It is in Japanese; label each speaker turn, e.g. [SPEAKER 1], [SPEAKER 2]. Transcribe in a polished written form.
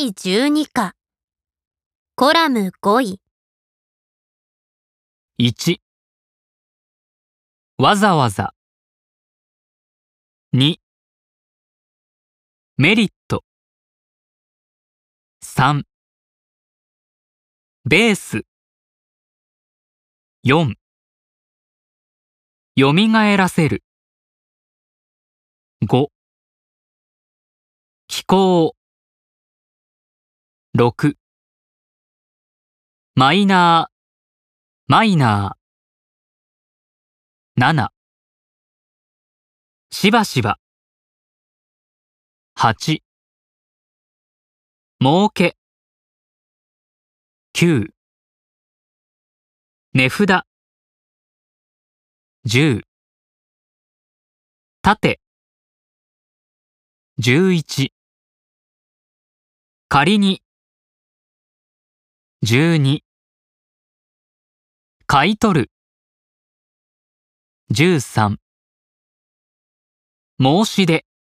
[SPEAKER 1] 第12課コラム5位
[SPEAKER 2] 1、わざわざ。2、メリット。3、ベース。4、よみがえらせる。5、気候。6、マイナー、マイナー。7、しばしば。8、儲け。9、値札。10、縦。11、仮に。12、買い取る。13、申し出。